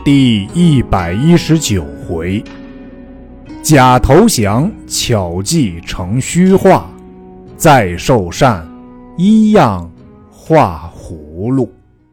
第119回，假投降，巧计成虚化，再受禅，一样画葫芦。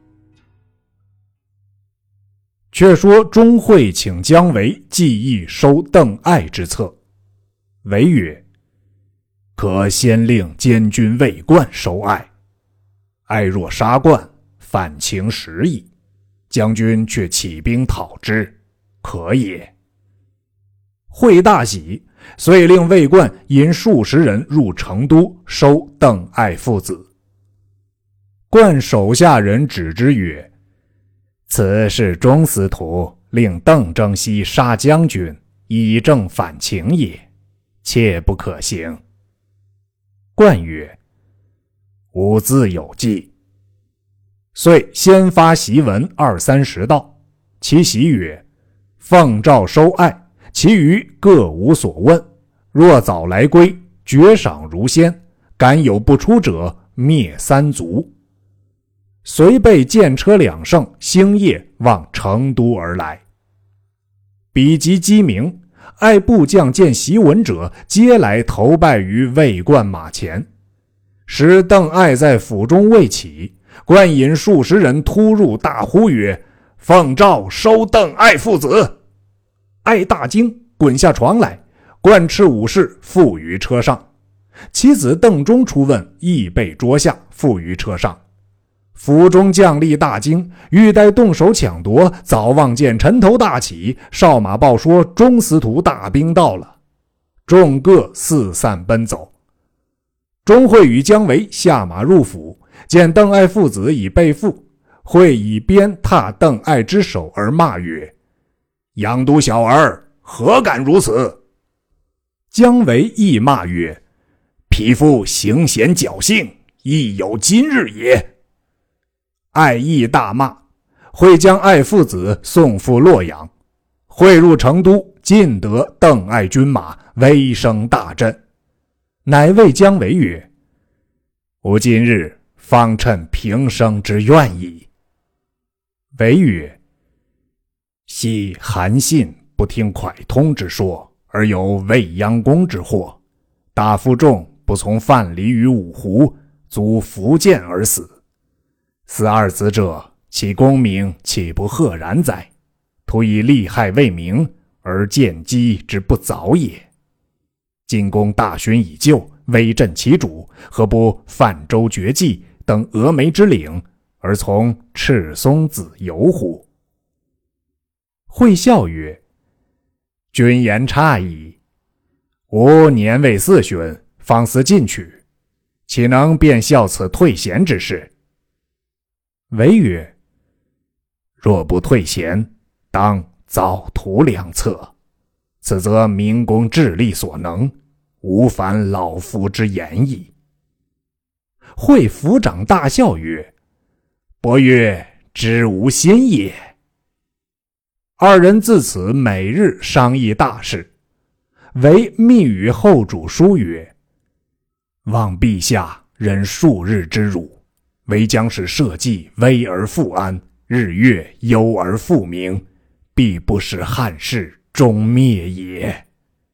却说钟会请姜维计议收邓艾之策，维曰：可先令监军魏冠收艾，艾若杀冠，反情时矣，将军却起兵讨之，可也。会大喜，遂令魏冠引数十人入成都收邓艾父子。冠手下人指之曰：此是钟司徒令邓征西杀将军，以正反情也，切不可行。冠曰：吾自有计。遂先发檄文20-30道，其檄曰：奉诏收艾，其余各无所问，若早来归，爵赏如先，敢有不出者，灭三族。遂备剑车2乘，星夜往成都而来。彼及鸡鸣，艾部将见檄文者，皆来投拜于魏冠马前。时邓艾在府中未起，冠引数十人突入，大呼曰：奉诏收邓艾父子。艾大惊，滚下床来，冠斥武士缚于车上。其子邓忠出问，亦被捉下，缚于车上。府中将吏大惊，欲待动手抢夺，早望见尘头大起，哨马报说钟司徒大兵到了，众各四散奔走。钟会与姜维下马入府，见邓艾父子已被缚，会以鞭踏邓艾之手而骂曰：养毒小儿，何敢如此？姜维亦骂曰：匹夫行险侥幸，亦有今日也。艾亦大骂，会将艾父子送赴洛阳。会入成都，尽得邓艾军马，威声大振。乃谓姜维曰：吾今日方趁平生之愿矣。维曰：昔韩信不听蒯通之说，而有未央宫之祸，大夫众不从范蠡于五湖，卒伏剑而死。死二子者，其功名岂不赫然哉？徒以利害为名，而见机之不早也。今公大勋已就，威震其主，何不泛舟绝迹，登峨眉之岭，而从赤松子游乎？会笑曰：君言差矣。吾年未4旬，方思进取，岂能便效此退贤之事？维曰：若不退贤，当早图良策，此则明公智力所能，无反老夫之言矣。会抚掌大笑曰：伯曰知无心也。二人自此每日商议大事。维密与后主书曰：望陛下忍数日之辱，唯将使社稷危而复安，日月忧而复明，必不使汉室终灭也。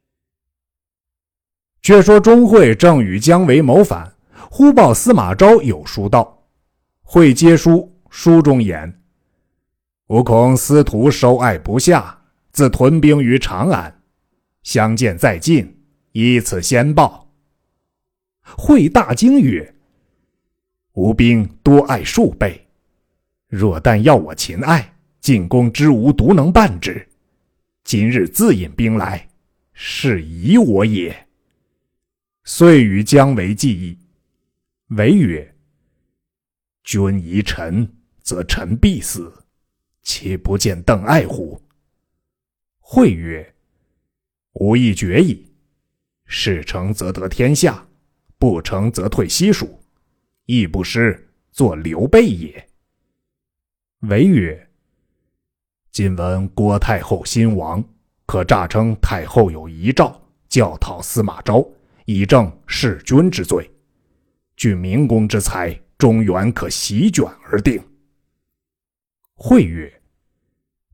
却说钟会正与姜维谋反，忽报司马昭有书到。会接书，书中言：吾恐司徒收艾不下，自屯兵于长安，相见在近，以此先报。会大惊曰：吾兵多艾数倍，若但要我擒艾，进攻之无独能办之。今日自引兵来，是疑我也。遂与姜维计议。维曰：君疑臣，则臣必死，岂不见邓艾乎？会曰：吾意决矣，事成则得天下，不成则退西蜀，亦不失作刘备也。维曰：今闻郭太后新亡，可诈称太后有遗诏，教讨司马昭，以正弑君之罪。据明公之才，中原可席卷而定。会曰：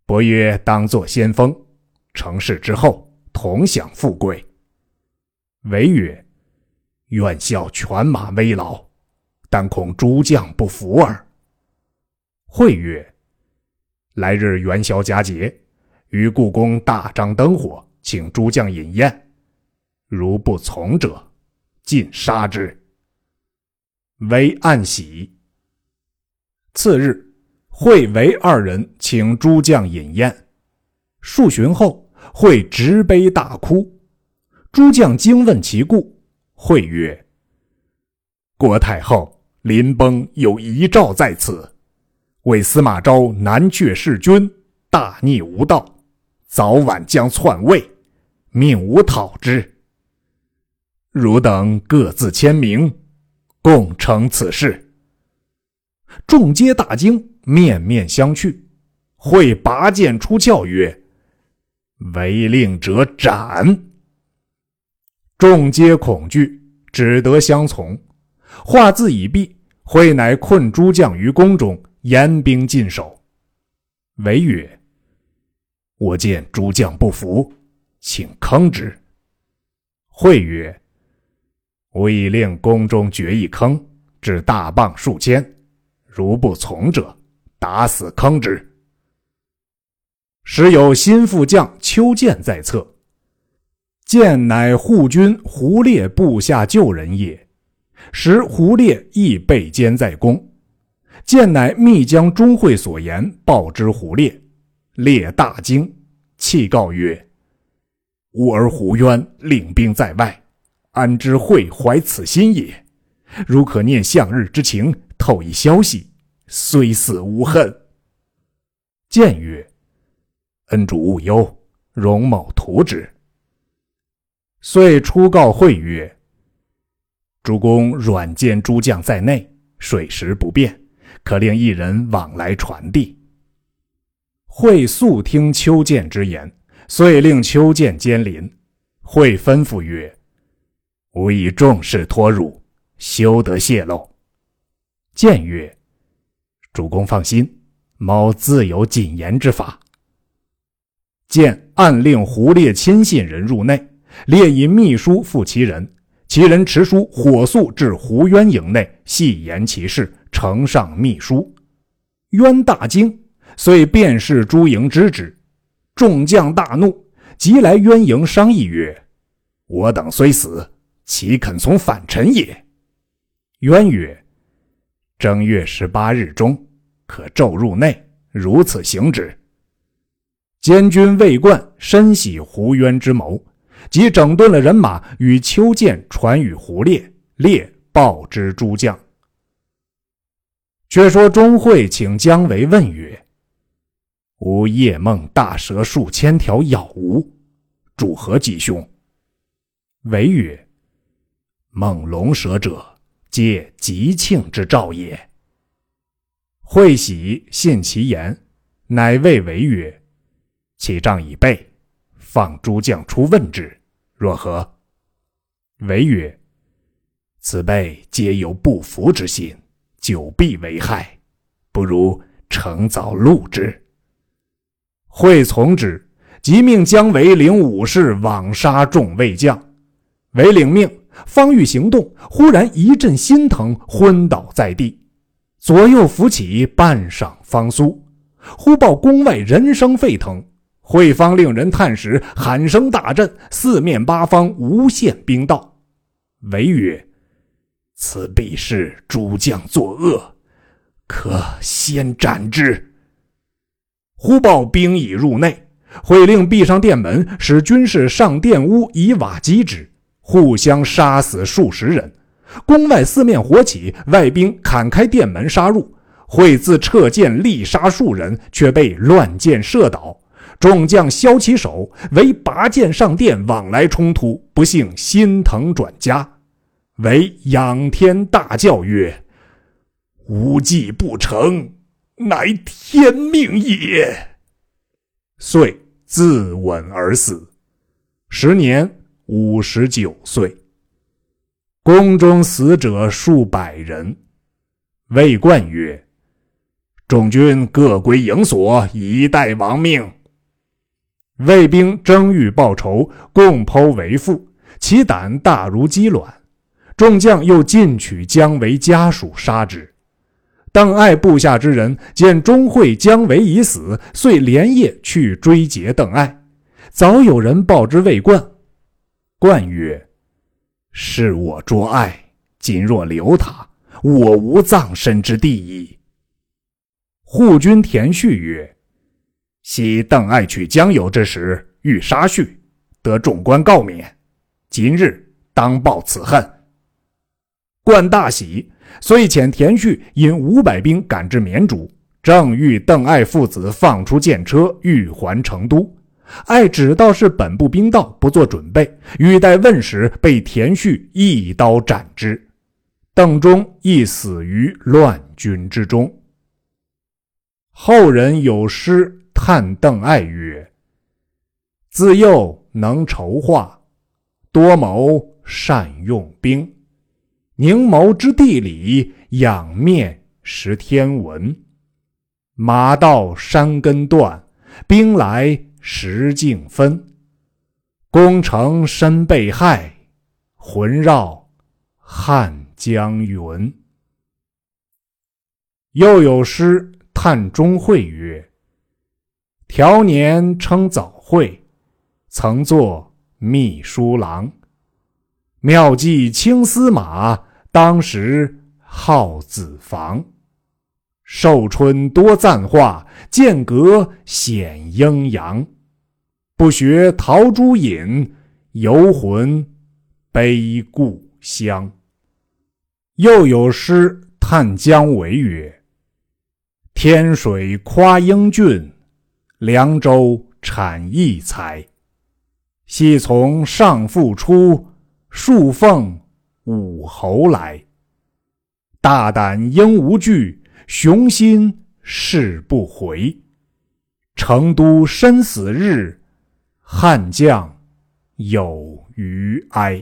伯曰当作先锋，成事之后同享富贵。韦曰：愿效犬马危劳，但恐诸将不服耳。惠曰：来日元宵佳节，于故宫大张灯火，请诸将饮宴，如不从者，尽杀之。韦暗喜。次日，惠韦二人请诸将饮宴。数旬后，惠执杯大哭。诸将惊问其故，惠曰：郭太后临崩有遗诏在此，为司马昭南阙弑君，大逆无道，早晚将篡位，命吾讨之。汝等各自签名，共成此事。众皆大惊，面面相觑。惠拔剑出鞘曰：违令者斩。众皆恐惧，只得相从。话字已毕，惠乃困诸将于宫中，严兵禁守。韦曰：我见诸将不服，请坑之。惠曰：吾已令宫中掘一坑，置大棒数千，如不从者，打死坑之。时有心腹将邱建在侧，建乃护军胡烈部下旧人也。时胡烈亦被监在宫，建乃密将钟会所言报之胡烈，烈大惊，泣告曰：吾儿胡渊领兵在外，安知会怀此心也？如可念向日之情，透一消息，虽死无恨。建曰：恩主勿忧，容某图之。遂出告惠曰：诸公软监诸将在内，水食不便，可令一人往来传递。惠素听邱建之言，遂令邱建监临。惠吩咐曰：吾以重事托汝，休得泄露。建曰：主公放心，某自有谨言之法。建暗令胡烈亲信人入内，烈以密书付其人，其人持书火速至胡渊营内，细言其事，呈上密书。渊大惊，遂便是诸营知之。众将大怒，即来渊营商议曰：我等虽死，岂肯从反臣也？渊曰：正月18日中，可骤入内，如此行之。监军魏冠深喜胡渊之谋，即整顿了人马，与邱建传与胡烈，烈报之诸将。却说钟会请姜维问曰：吾夜梦大蛇数千条咬吾，主何吉凶？维曰：梦龙蛇者，皆吉庆之兆也。会喜信其言，乃谓维曰：其仗已备，放诸将出问之，若何？维曰：此辈皆有不服之心，久必为害，不如诚早戮之。会从之，即命姜维领武士网杀众魏将。维领命，方欲行动，忽然一阵心疼，昏倒在地，左右扶起，半晌方苏。忽报宫外人声沸腾，会方令人探时，喊声大震，四面八方无限兵到。维曰：此必是诸将作恶，可先斩之。忽报兵已入内，会令闭上殿门，使军士上殿屋以瓦击之，互相杀死数十人。宫外四面火起，外兵砍开殿门杀入，会自撤剑力杀数人，却被乱箭射倒。众将削其手，为拔剑上殿，往来冲突，不幸心疼转家。为仰天大叫曰：吾计不成，乃天命也。遂自刎而死，时年59岁。宫中死者数百人。魏冠曰： 众军各归营所，以待亡命。”卫兵争欲报仇，共剖为父，其胆大如鸡卵。众将又尽取姜维家属杀之。邓艾部下之人见钟会、姜维已死，遂连夜去追截邓艾。早有人报之魏冠，冠曰：“是我捉艾，今若留他，我无葬身之地矣。”护军田旭曰：“昔邓艾取江油之时，欲杀婿，得众官告免，今日当报此恨。”冠大喜，遂遣田旭引500兵赶至绵竹，正欲邓艾父子放出箭车，欲还成都。艾只道是本部兵到，不做准备，欲待问时，被田旭一刀斩之。邓忠亦死于乱军之中。后人有诗叹邓艾曰：“自幼能筹划，多谋善用兵。凝眸之地理，仰面识天文。马到山根断，兵来石径分。攻城身被害，魂绕汉江云。”又有诗叹钟会曰：“调年称早会，曾作秘书郎。妙计轻司马，当时号子房。寿春多赞话，间隔显阴阳。不学陶朱隐，游魂悲故乡。”又有诗叹姜维曰：“天水夸英俊，凉州产异才。系从上父出，树奉武侯来。大胆应无惧，雄心誓不回。成都身死日，汉将有余哀。”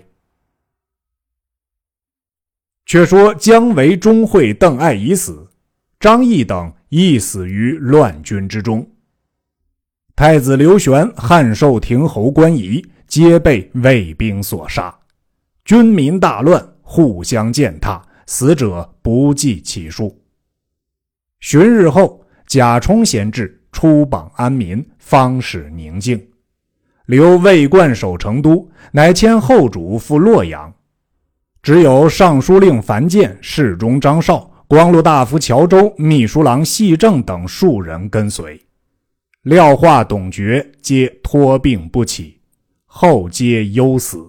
却说姜维、钟会、邓艾已死，张翼等亦死于乱军之中。太子刘玄、汉寿亭侯关仪皆被魏兵所杀，军民大乱，互相践踏，死者不计其数。旬日后，贾充贤至，出榜安民，方始宁静。留魏冠守成都，乃迁后主赴洛阳。只有尚书令樊建、侍中张绍、光禄大夫乔州、秘书郎细正等数人跟随。廖化、董厥皆托病不起，后皆忧死。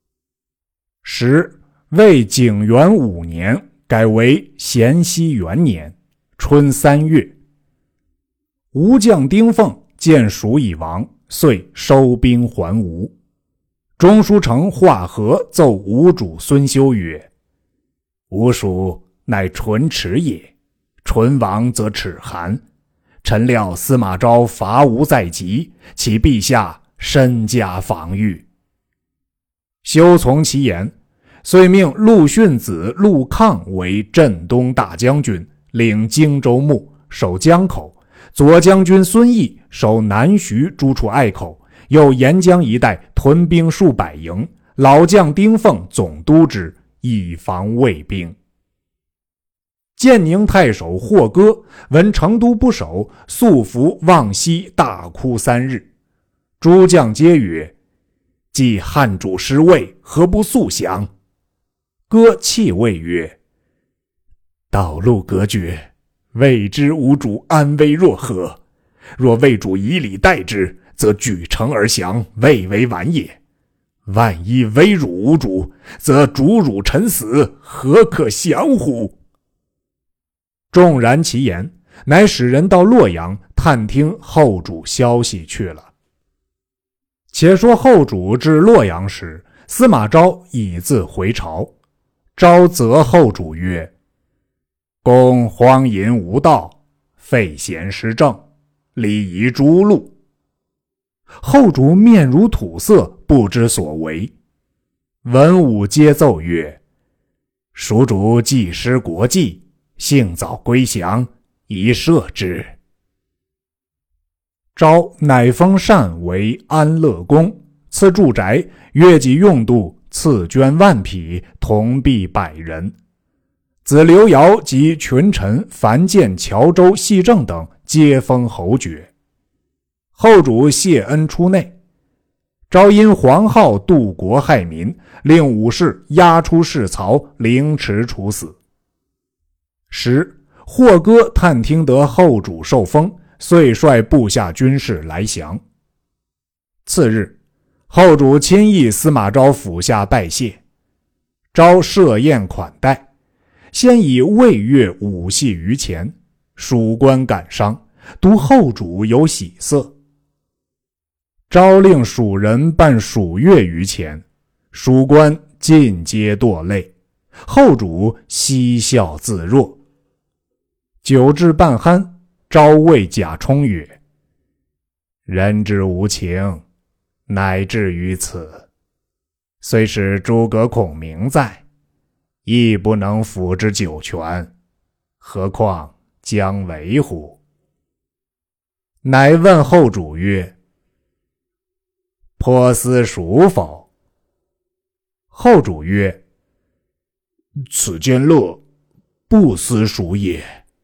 时魏景元5年，改为咸熙元年春3月，吴将丁奉见蜀已亡，遂收兵还吴。中书丞华和奏吴主孙修曰：“吴蜀乃唇齿也，唇亡则齿寒。臣料司马昭伐吴在即，其陛下身加防御。”修从其言，遂命陆逊子陆抗为镇东大将军，领荆州牧，守江口；左将军孙毅守南徐诸处隘口，又沿江一带屯兵数百营，老将丁奉总督之，以防魏兵。建宁太守霍哥闻成都不守，素服望西，大哭3日。诸将皆曰：“既汉主失魏，何不速降？”哥泣魏曰：“道路隔绝，未知吴主安危若何？若魏主以礼待之，则举城而降，未为晚也。万一威辱吴主，则主辱臣死，何可降乎？”众然其言，乃使人到洛阳探听后主消息去了。且说后主至洛阳时，司马昭已自回朝。昭责后主曰：“公荒淫无道，废贤失政，礼仪诛戮。”后主面如土色，不知所为。文武皆奏曰：“蜀主既失国计，幸早归降， 以赦之。”昭乃封单为安乐公，赐住宅，月给用度，赐绢10000匹，铜币100人。子刘繇及群臣樊建、谯周、细正等皆封侯爵。后主谢恩出内，昭因黄皓渡国害民，令武士押出市曹，凌迟处死。霍哥探听得后主受封，遂率部下军士来降。次日，后主亲诣司马昭府下拜谢，昭设宴款待，先以魏乐舞戏于前，属官感伤，独后主有喜色。昭令蜀人伴蜀乐于前，蜀官尽皆堕泪，后主嬉笑自若。酒至半酣，昭谓贾充曰：“人之无情，乃至于此。虽使诸葛孔明在，亦不能辅之九泉，何况姜维乎？”乃问后主曰：“颇思蜀否？”后主曰：“此间乐，不思蜀也。”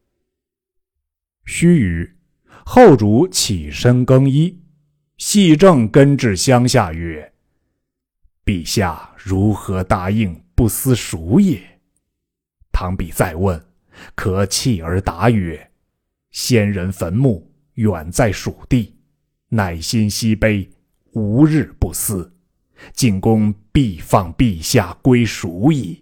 须臾，后主起身更衣，细正跟至乡下曰：“陛下如何答应不思蜀也？”唐彼再问，可弃而答曰：“先人坟墓远在蜀地，乃心西悲，无日不思。进公必放陛下归蜀矣。”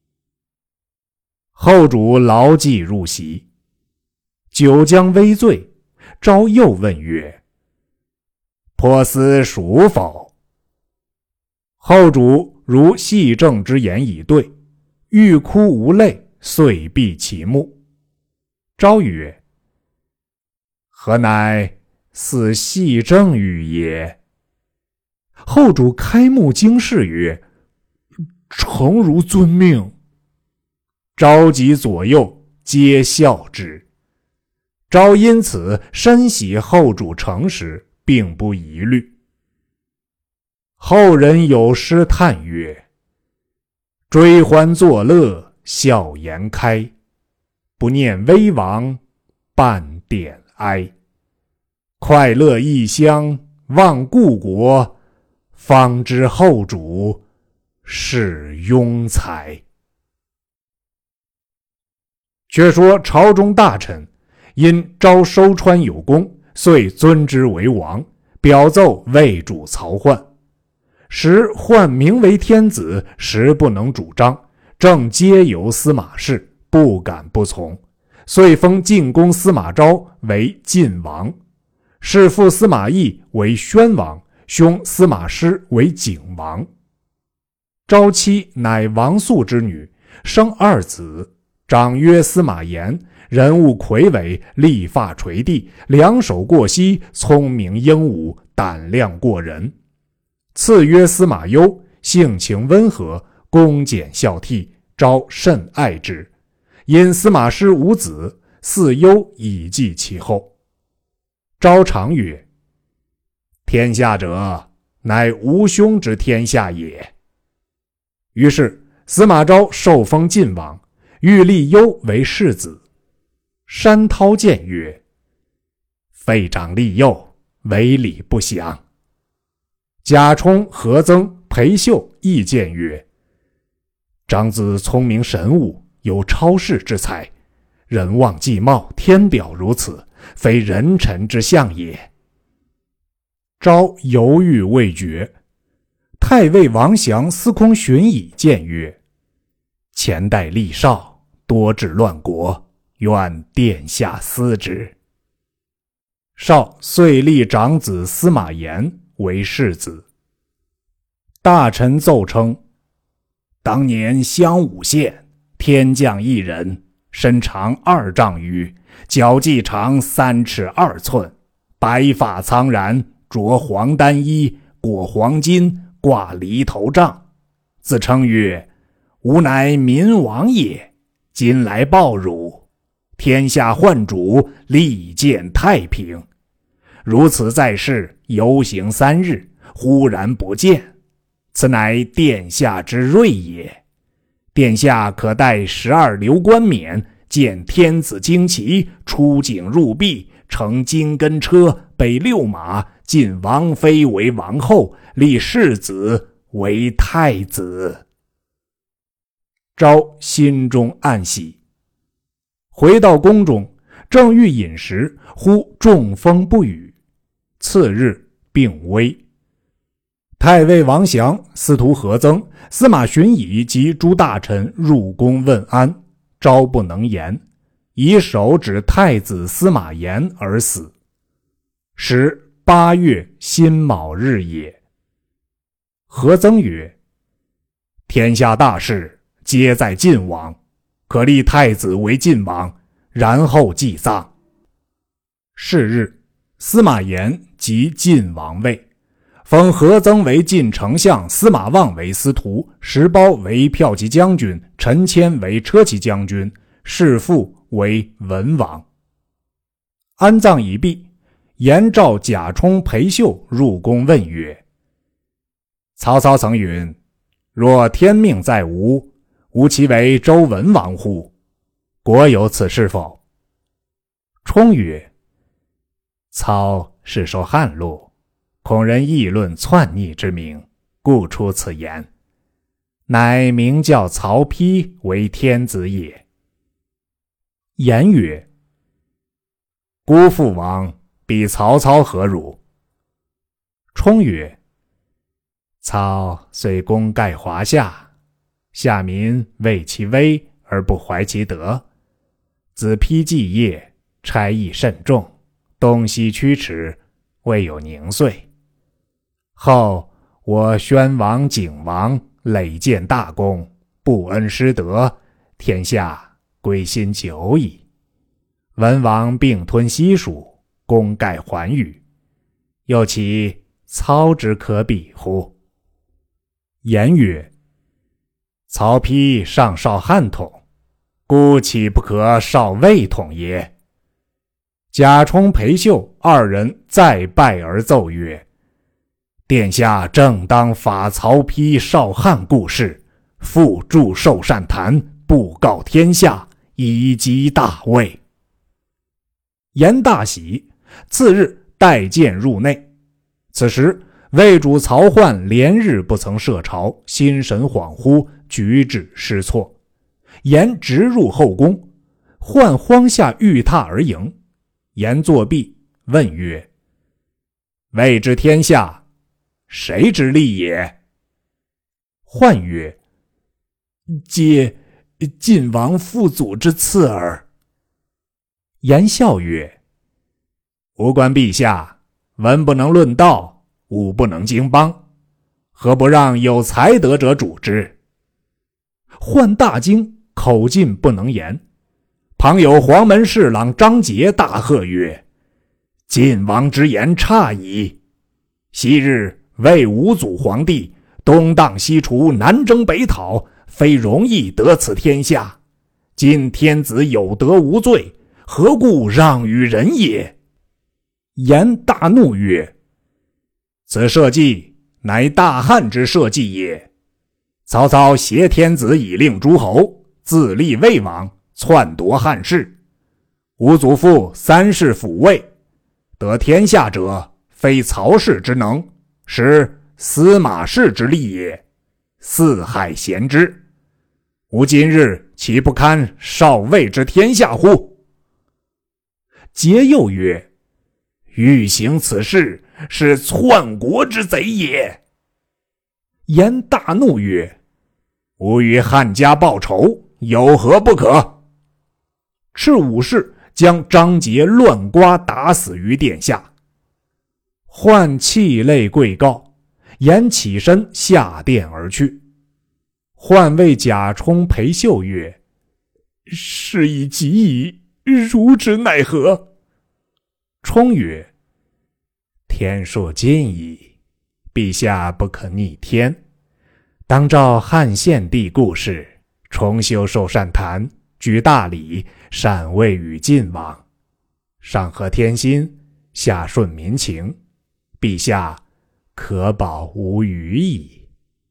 后主牢记入席。酒将微醉，昭又问曰：“颇思蜀否？”后主如细正之言以对，欲哭无泪，遂闭其目。昭曰：“何乃似细正语也？”后主开目惊视曰：“诚如遵命。”昭及左右皆笑之。昭因此深喜后主诚实，并不疑虑。后人有诗叹曰：“追欢作乐笑颜开，不念危亡半点哀。快乐异乡忘故国，方知后主是庸才。”却说朝中大臣因昭收川有功，遂尊之为王，表奏魏主曹奂。时奂名为天子，实不能主张，正皆由司马氏，不敢不从，遂封晋公司马昭为晋王，弑父司马懿为宣王，兄司马师为景王。昭妻乃王肃之女，生2子，长曰司马炎，人物魁伟，立发垂地，两手过膝，聪明英武，胆量过人。次曰司马攸，性情温和，恭俭孝悌，昭甚爱之。因司马师无子，嗣攸以继其后。昭常曰：“天下者，乃无兄之天下也。”于是司马昭受封晋王，欲立攸为世子。山涛谏曰：“废长立幼，为礼不详。”贾充、何曾、裴秀亦谏曰：“长子聪明神武，有超世之才，人望既茂，天表如此，非人臣之相也。”昭犹豫未决。太尉王祥、司空荀彧谏曰：“前代吏少，多致乱国，愿殿下思之。”绍遂立长子司马炎为世子。大臣奏称，当年襄武县天降一人，身长2丈余，脚迹长3尺2寸，白发苍然，着黄单衣，裹黄巾，挂犁头杖，自称曰：“吾乃民王也，今来报汝。 天下换主，利见太平。如此在世，游行3日，忽然不见，此乃殿下之瑞也。殿下可待12流冠冕，见天子旌旗，出境入壁，乘金根车，备6马，晋王妃为王后，立世子为太子。昭心中暗喜，回到宫中，正欲饮食，忽中风不语。次日病危。太尉王祥、司徒何曾、司马荀彧及诸大臣入宫问安，昭不能言，以手指太子司马炎而死。时8月辛卯日也。何曾曰：天下大事皆在晋王，可立太子为晋王，然后祭葬。是日，司马炎即晋王位，封何曾为晋丞相，司马望为司徒，石苞为骠骑将军，陈谦为车骑将军，世父为文王。安葬已毕，延召贾充、裴秀入宫问曰：曹操曾云，若天命在吾，吾其为周文王乎？国有此事否？充曰：操是受汉禄，恐人议论篡逆之名，故出此言，乃名叫曹丕为天子也。言曰：孤父王比曹操何如？充曰：操虽功盖华夏，下民畏其威而不怀其德，子丕继业，差役甚重，东西驱驰，未有凝遂。后我宣王、景王累建大功，不恩失德，天下归心久矣。文王并吞西蜀，功盖寰宇，又其操之可比乎？言曰：曹丕上少汉统，孤岂不可少魏统也？贾充、裴秀二人再拜而奏曰：殿下正当法曹丕少汉故事，复铸寿善坛，布告天下，以及大位。言大喜，次日带剑入内。此时魏主曹奂连日不曾设朝，心神恍惚，举止失措。言直入后宫，奂荒下玉榻而迎。言作毕，问曰：魏之天下，谁之利也？奂曰：皆晋王父祖之赐耳。言笑曰：吾观陛下，文不能论道，武不能经邦，何不让有才德者主之？奂大惊，口尽不能言。旁有黄门侍郎张杰大喝曰：晋王之言差矣！昔日魏武祖皇帝东荡西除，南征北讨，非容易得此天下。今天子有德无罪，何故让与人也？言大怒曰：此社稷乃大汉之社稷也。曹操挟天子以令诸侯，自立魏王，篡夺汉室。吾祖父3世辅魏，得天下者，非曹氏之能，实司马氏之力也。四海咸之，吾今日岂不堪少魏之天下乎？桀又曰：欲行此事，是篡国之贼也。言大怒曰：吾与汉家报仇，有何不可？斥武士将张杰乱刮打死于殿下。奂泣泪跪告，言起身下殿而去。奂谓贾充、裴秀曰：事已极矣，如之奈何？充曰：天数尽矣，陛下不可逆天，当照汉献帝故事，重修寿善坛， 居大理，禅位于晋王，上合天心，下顺民情，陛下可保无虞矣。”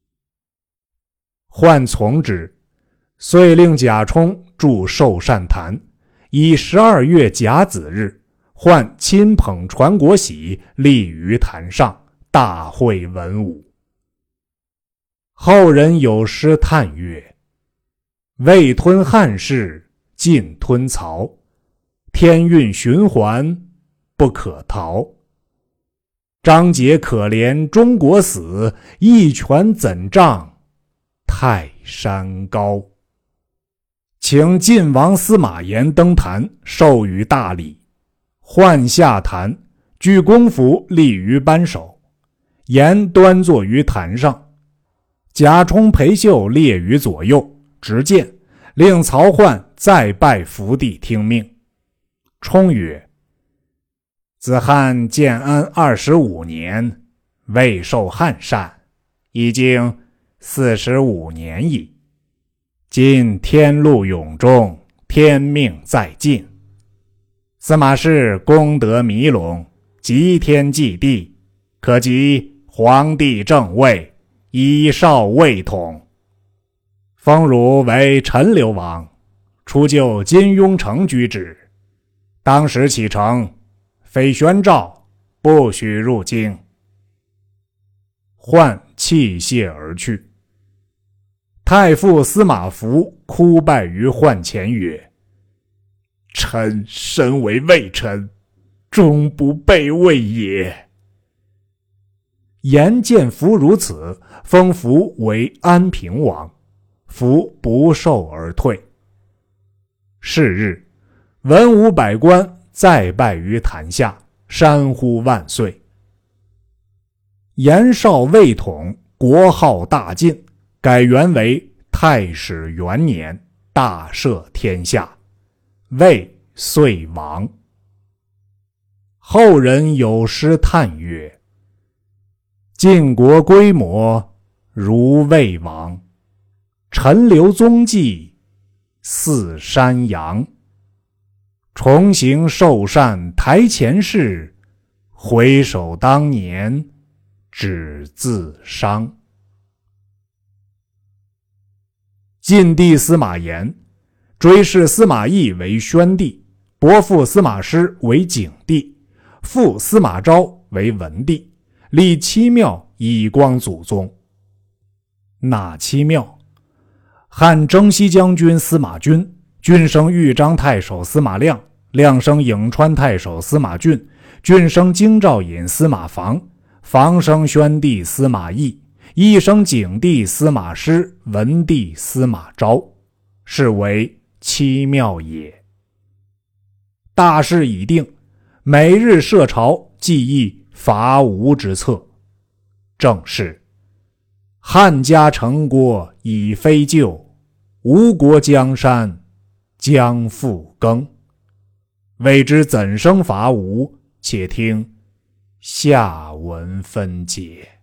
涣从之，遂令贾充筑寿善坛，以12月甲子日，涣亲捧传国玺，立于坛上，大会文武。后人有诗叹曰：“未吞汉室，尽吞曹，天运循环，不可逃。张杰可怜中国死，一拳怎丈泰山高。”请晋王司马炎登坛，授予大礼。涣下坛，举公服立于班首，炎端坐于坛上，贾充、裴秀列于左右，执剑，令曹奂再拜伏地听命。充曰：“自汉建安25年，未受汉禅，已经45年矣。今天禄永中，天命在晋。司马氏功德弥隆，极天祭地，可及皇帝正位，以少卫统。封汝为陈留王，初就金庸城居之。当时启程，非宣诏，不许入京。”涣弃谢而去。太傅司马孚哭拜于涣前曰：“臣身为魏臣，终不备位也。”言见孚如此，封孚为安平王，孚不受而退。是日，文武百官再拜于坛下，山呼万岁。延绍魏统，国号大晋，改元为太史元年，大赦天下，魏遂亡。后人有诗叹曰：“晋国规模，如魏王，陈留踪迹，似山羊。重行寿善台前事，回首当年只自伤。”晋帝司马炎追谥司马懿为宣帝，伯父司马师为景帝，父司马昭为文帝，立7庙以光祖宗。哪7庙？汉征西将军司马均，均生豫章太守司马亮，亮生颍川太守司马峻，峻生京兆尹司马防，防生宣帝司马懿，懿生景帝司马师，文帝司马昭，是为7庙也。大事已定，每日设朝，记忆伐吴之策。正是汉家成国已非旧，吴国江山将复更。未知怎生伐吴，且听下文分解。